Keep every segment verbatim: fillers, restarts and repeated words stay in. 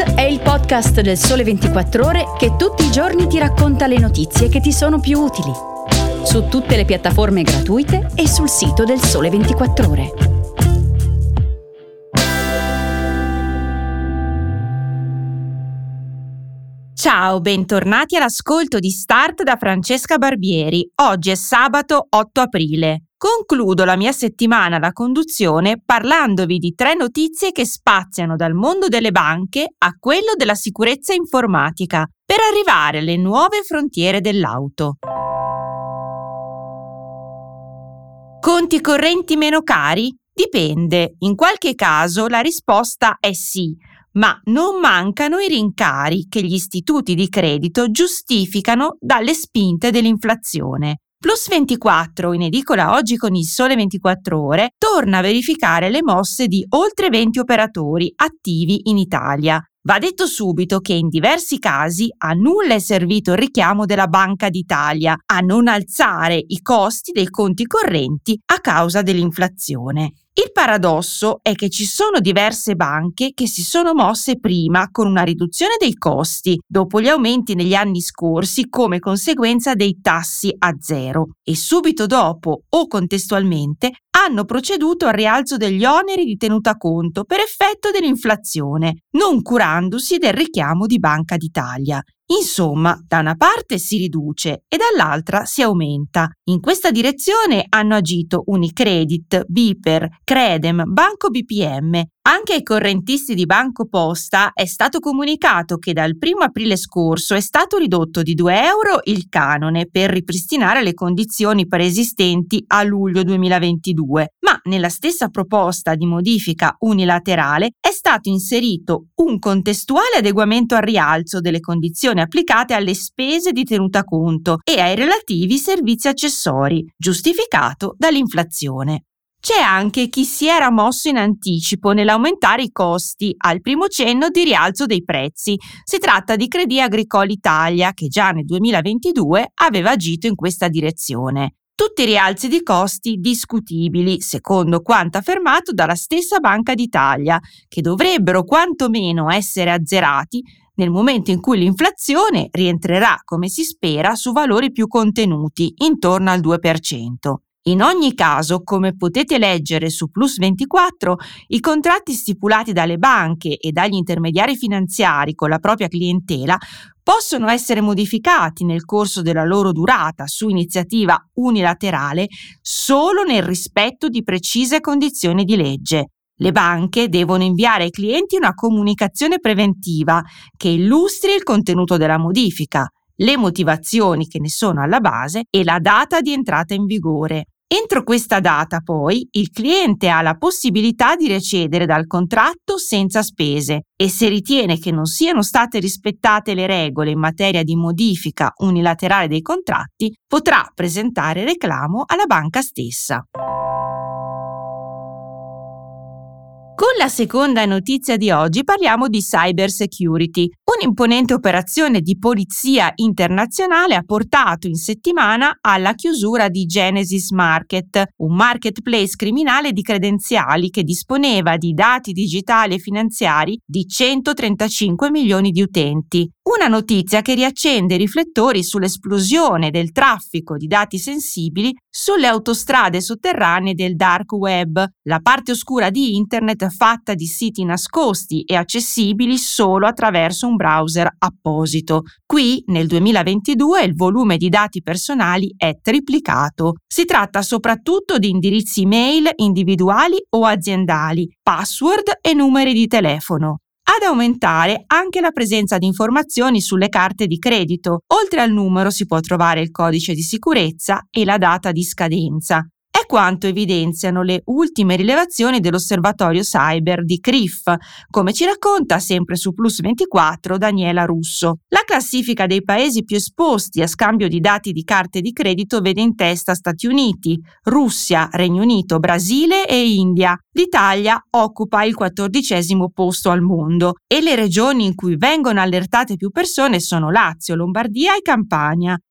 Start è il podcast del Sole ventiquattro Ore che tutti i giorni ti racconta le notizie che ti sono più utili. Su tutte le piattaforme gratuite e sul sito del Sole ventiquattro Ore. Ciao, bentornati all'ascolto di Start da Francesca Barbieri. Oggi è sabato otto aprile. Concludo la mia settimana alla conduzione parlandovi di tre notizie che spaziano dal mondo delle banche a quello della sicurezza informatica per arrivare alle nuove frontiere dell'auto. Conti correnti meno cari? Dipende. In qualche caso la risposta è sì, ma non mancano i rincari che gli istituti di credito giustificano dalle spinte dell'inflazione. Plus ventiquattro, in edicola oggi con il Sole ventiquattro Ore, torna a verificare le mosse di oltre venti operatori attivi in Italia. Va detto subito che in diversi casi a nulla è servito il richiamo della Banca d'Italia a non alzare i costi dei conti correnti a causa dell'inflazione. Il paradosso è che ci sono diverse banche che si sono mosse prima con una riduzione dei costi dopo gli aumenti negli anni scorsi come conseguenza dei tassi a zero e subito dopo o contestualmente hanno proceduto al rialzo degli oneri di tenuta conto per effetto dell'inflazione, non curandosi del richiamo di Banca d'Italia. Insomma, da una parte si riduce e dall'altra si aumenta. In questa direzione hanno agito Unicredit, Biper, Credem, Banco B P M. Anche ai correntisti di Banco Posta è stato comunicato che dal primo aprile scorso è stato ridotto di due euro il canone per ripristinare le condizioni preesistenti a luglio duemilaventidue, ma nella stessa proposta di modifica unilaterale è stato inserito un contestuale adeguamento al rialzo delle condizioni applicate alle spese di tenuta conto e ai relativi servizi accessori, giustificato dall'inflazione. C'è anche chi si era mosso in anticipo nell'aumentare i costi al primo cenno di rialzo dei prezzi. Si tratta di Crédit Agricole Italia, che già nel duemilaventidue aveva agito in questa direzione. Tutti rialzi di costi discutibili, secondo quanto affermato dalla stessa Banca d'Italia, che dovrebbero quantomeno essere azzerati nel momento in cui l'inflazione rientrerà, come si spera, su valori più contenuti, intorno al due per cento. In ogni caso, come potete leggere su Plus ventiquattro, i contratti stipulati dalle banche e dagli intermediari finanziari con la propria clientela possono essere modificati nel corso della loro durata su iniziativa unilaterale solo nel rispetto di precise condizioni di legge. Le banche devono inviare ai clienti una comunicazione preventiva che illustri il contenuto della modifica, le motivazioni che ne sono alla base e la data di entrata in vigore. Entro questa data, poi, il cliente ha la possibilità di recedere dal contratto senza spese e se ritiene che non siano state rispettate le regole in materia di modifica unilaterale dei contratti, potrà presentare reclamo alla banca stessa. Con la seconda notizia di oggi parliamo di cyber security. Un'imponente operazione di polizia internazionale ha portato in settimana alla chiusura di Genesis Market, un marketplace criminale di credenziali che disponeva di dati digitali e finanziari di centotrentacinque milioni di utenti. Una notizia che riaccende i riflettori sull'esplosione del traffico di dati sensibili sulle autostrade sotterranee del dark web, la parte oscura di internet fatta di siti nascosti e accessibili solo attraverso un browser apposito. Qui, nel duemilaventidue, il volume di dati personali è triplicato. Si tratta soprattutto di indirizzi email individuali o aziendali, password e numeri di telefono. Ad aumentare anche la presenza di informazioni sulle carte di credito. Oltre al numero si può trovare il codice di sicurezza e la data di scadenza. È quanto evidenziano le ultime rilevazioni dell'osservatorio cyber di C R I F, come ci racconta sempre su Plus ventiquattro Daniela Russo. La classifica dei paesi più esposti a scambio di dati di carte di credito vede in testa Stati Uniti, Russia, Regno Unito, Brasile e India. L'Italia occupa il quattordicesimo posto al mondo e le regioni in cui vengono allertate più persone sono Lazio, Lombardia e Campania.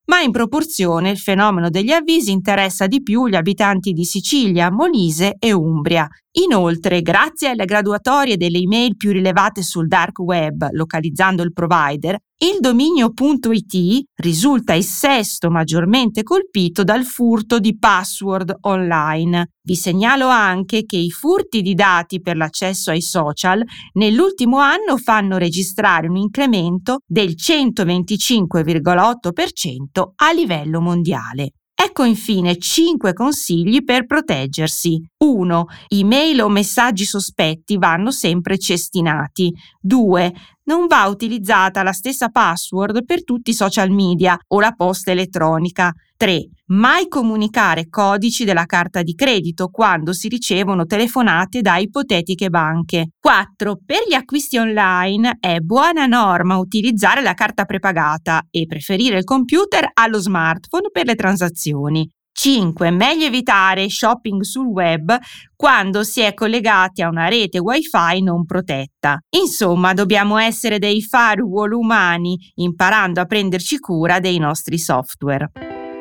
ma in proporzione il fenomeno degli avvisi interessa di più gli abitanti di Sicilia, Molise e Umbria. Inoltre, grazie alle graduatorie delle email più rilevate sul dark web, localizzando il provider, il dominio .it risulta il sesto maggiormente colpito dal furto di password online. Vi segnalo anche che i furti di dati per l'accesso ai social nell'ultimo anno fanno registrare un incremento del centoventicinque virgola otto per cento a livello mondiale. Ecco infine cinque consigli per proteggersi. uno. Email o messaggi sospetti vanno sempre cestinati. due. Non va utilizzata la stessa password per tutti i social media o la posta elettronica. tre. Mai comunicare codici della carta di credito quando si ricevono telefonate da ipotetiche banche. quattro. Per gli acquisti online è buona norma utilizzare la carta prepagata e preferire il computer allo smartphone per le transazioni. cinque. Meglio evitare shopping sul web quando si è collegati a una rete wifi non protetta. Insomma, dobbiamo essere dei firewall umani, imparando a prenderci cura dei nostri software.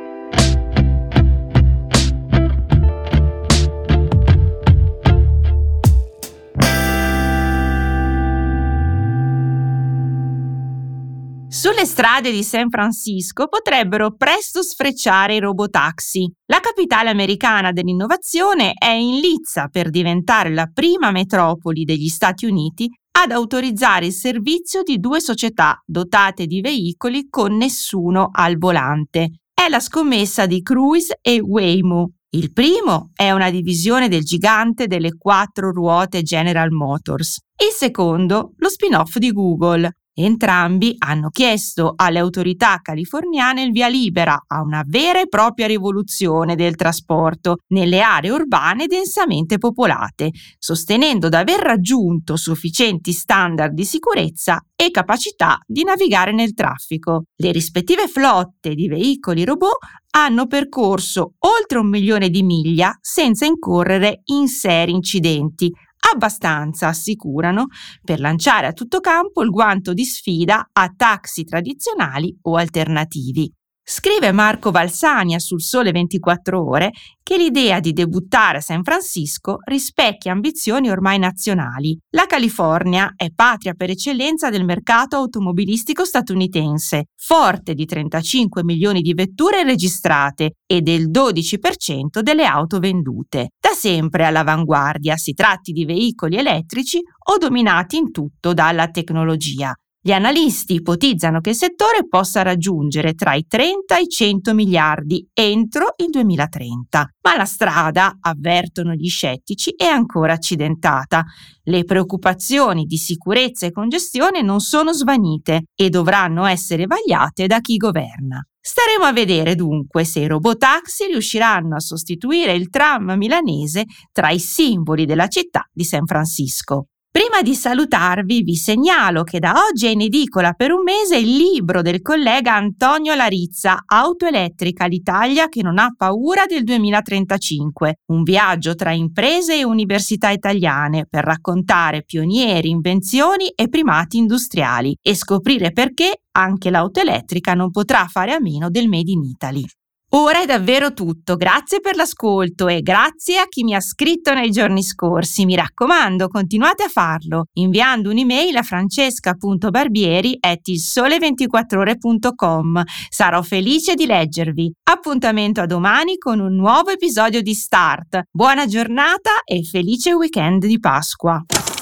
Sulle strade di San Francisco potrebbero presto sfrecciare i robotaxi. La capitale americana dell'innovazione è in lizza per diventare la prima metropoli degli Stati Uniti ad autorizzare il servizio di due società dotate di veicoli con nessuno al volante. È la scommessa di Cruise e Waymo. Il primo è una divisione del gigante delle quattro ruote General Motors. Il secondo, lo spin-off di Google. Entrambi hanno chiesto alle autorità californiane il via libera a una vera e propria rivoluzione del trasporto nelle aree urbane densamente popolate, sostenendo d'aver raggiunto sufficienti standard di sicurezza e capacità di navigare nel traffico. Le rispettive flotte di veicoli robot hanno percorso oltre un milione di miglia senza incorrere in seri incidenti, abbastanza, assicurano, per lanciare a tutto campo il guanto di sfida a taxi tradizionali o alternativi. Scrive Marco Valsania sul Sole ventiquattro Ore che l'idea di debuttare a San Francisco rispecchia ambizioni ormai nazionali. La California è patria per eccellenza del mercato automobilistico statunitense, forte di trentacinque milioni di vetture registrate e del dodici per cento delle auto vendute. Da sempre all'avanguardia, si tratti di veicoli elettrici o dominati in tutto dalla tecnologia. Gli analisti ipotizzano che il settore possa raggiungere tra i trenta e i cento miliardi entro il duemilatrenta, ma la strada, avvertono gli scettici, è ancora accidentata. Le preoccupazioni di sicurezza e congestione non sono svanite e dovranno essere vagliate da chi governa. Staremo a vedere dunque se i robotaxi riusciranno a sostituire il tram milanese tra i simboli della città di San Francisco. Prima di salutarvi vi segnalo che da oggi è in edicola per un mese il libro del collega Antonio Larizza, Auto elettrica, l'Italia che non ha paura del duemilatrentacinque, un viaggio tra imprese e università italiane per raccontare pionieri, invenzioni e primati industriali e scoprire perché anche l'auto elettrica non potrà fare a meno del Made in Italy. Ora è davvero tutto, grazie per l'ascolto e grazie a chi mi ha scritto nei giorni scorsi. Mi raccomando, continuate a farlo inviando un'email a francesca punto barbieri chiocciola il sole ventiquattro ore punto com. Sarò felice di leggervi. Appuntamento a domani con un nuovo episodio di Start. Buona giornata e felice weekend di Pasqua.